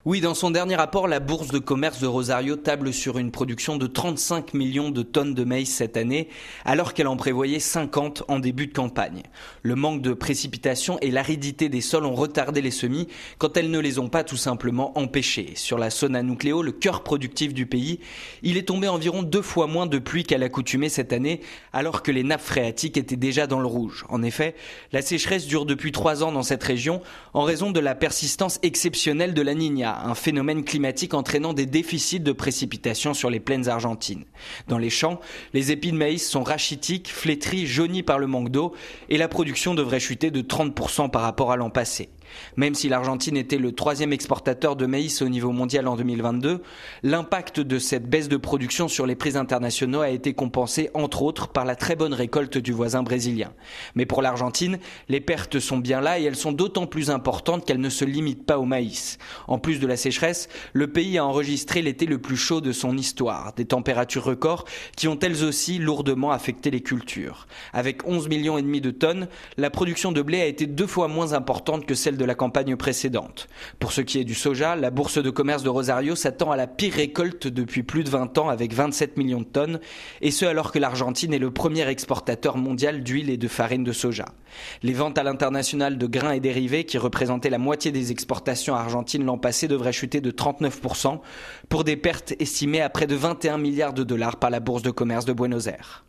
Oui, dans son dernier rapport, la bourse de commerce de Rosario table sur une production de 35 millions de tonnes de maïs cette année, alors qu'elle en prévoyait 50 en début de campagne. Le manque de précipitations et l'aridité des sols ont retardé les semis quand elles ne les ont pas tout simplement empêchés. Sur la Sona Núcleo, le cœur productif du pays, il est tombé environ 2 fois moins de pluie qu'à l'accoutumée cette année, alors que les nappes phréatiques étaient déjà dans le rouge. En effet, la sécheresse dure depuis 3 ans dans cette région en raison de la persistance exceptionnelle de la Niña, un phénomène climatique entraînant des déficits de précipitations sur les plaines argentines. Dans les champs, les épis de maïs sont rachitiques, flétris, jaunis par le manque d'eau et la production devrait chuter de 30% par rapport à l'an passé. Même si l'Argentine était le 3e exportateur de maïs au niveau mondial en 2022, l'impact de cette baisse de production sur les prix internationaux a été compensé entre autres par la très bonne récolte du voisin brésilien. Mais pour l'Argentine, les pertes sont bien là et elles sont d'autant plus importantes qu'elles ne se limitent pas au maïs. En plus de la sécheresse, le pays a enregistré l'été le plus chaud de son histoire, des températures records qui ont elles aussi lourdement affecté les cultures. Avec 11,5 millions de tonnes, la production de blé a été 2 fois moins importante que celle de la campagne précédente. Pour ce qui est du soja, la bourse de commerce de Rosario s'attend à la pire récolte depuis plus de 20 ans avec 27 millions de tonnes, et ce alors que l'Argentine est le premier exportateur mondial d'huile et de farine de soja. Les ventes à l'international de grains et dérivés, qui représentaient la moitié des exportations argentines l'an passé, devraient chuter de 39% pour des pertes estimées à près de 21 milliards de dollars par la bourse de commerce de Buenos Aires.